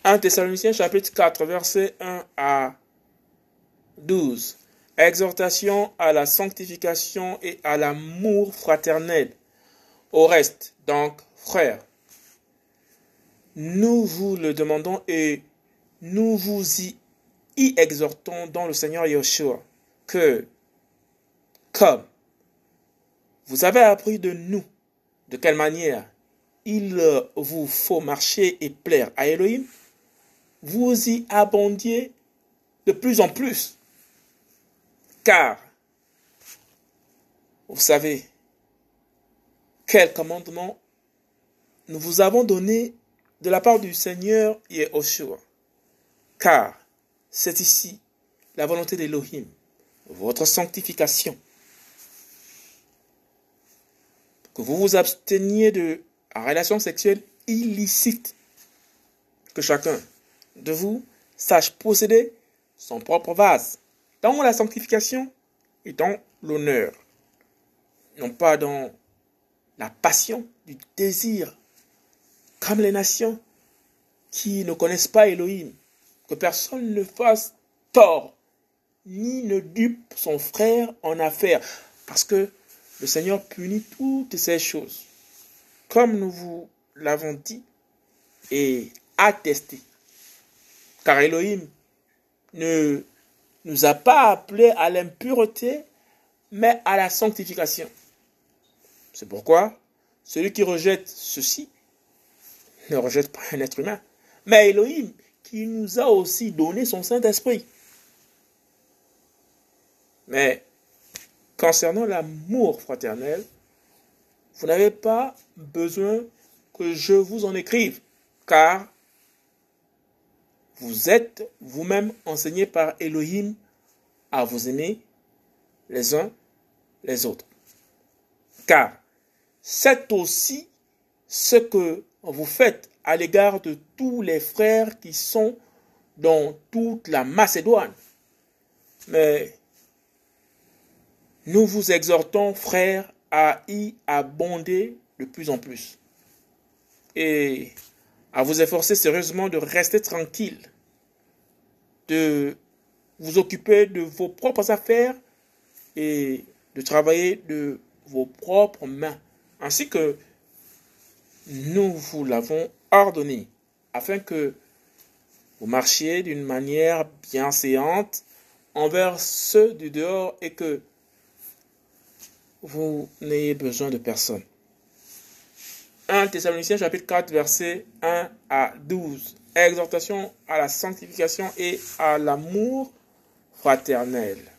1 Thessaloniciens chapitre 4, versets 1 à 12. Exhortation à la sanctification et à l'amour fraternel. Au reste, donc, frères, nous vous le demandons et nous vous y exhortons dans le Seigneur Yeshua, que, comme vous avez appris de nous, de quelle manière il vous faut marcher et plaire à Elohim, vous y abondiez de plus en plus. Car, vous savez, quel commandement nous vous avons donné de la part du Seigneur Yeshua. Car c'est ici la volonté d'Elohim, votre sanctification. Que vous vous absteniez de relations sexuelles illicites. Que chacun de vous sache posséder son propre vase dans la sanctification et dans l'honneur. Non pas dans la passion du désir, comme les nations qui ne connaissent pas Elohim. Que personne ne fasse tort, ni ne dupe son frère en affaires. Parce que le Seigneur punit toutes ces choses. Comme nous vous l'avons dit et attesté. Car Elohim ne nous a pas appelés à l'impureté, mais à la sanctification. C'est pourquoi celui qui rejette ceci ne rejette pas un être humain, mais Elohim qui nous a aussi donné son Saint-Esprit. Mais concernant l'amour fraternel, vous n'avez pas besoin que je vous en écrive, car vous êtes vous-même enseignés par Elohim à vous aimer les uns les autres. Car c'est aussi ce que vous faites à l'égard de tous les frères qui sont dans toute la Macédoine. Mais nous vous exhortons, frères, à y abonder de plus en plus et à vous efforcer sérieusement de rester tranquille, de vous occuper de vos propres affaires et de travailler de vos propres mains, ainsi que nous vous l'avons ordonné, afin que vous marchiez d'une manière bienséante envers ceux du dehors et que vous n'ayez besoin de personne. 1 Thessaloniciens chapitre 4 versets 1 à 12. Exhortation à la sanctification et à l'amour fraternel.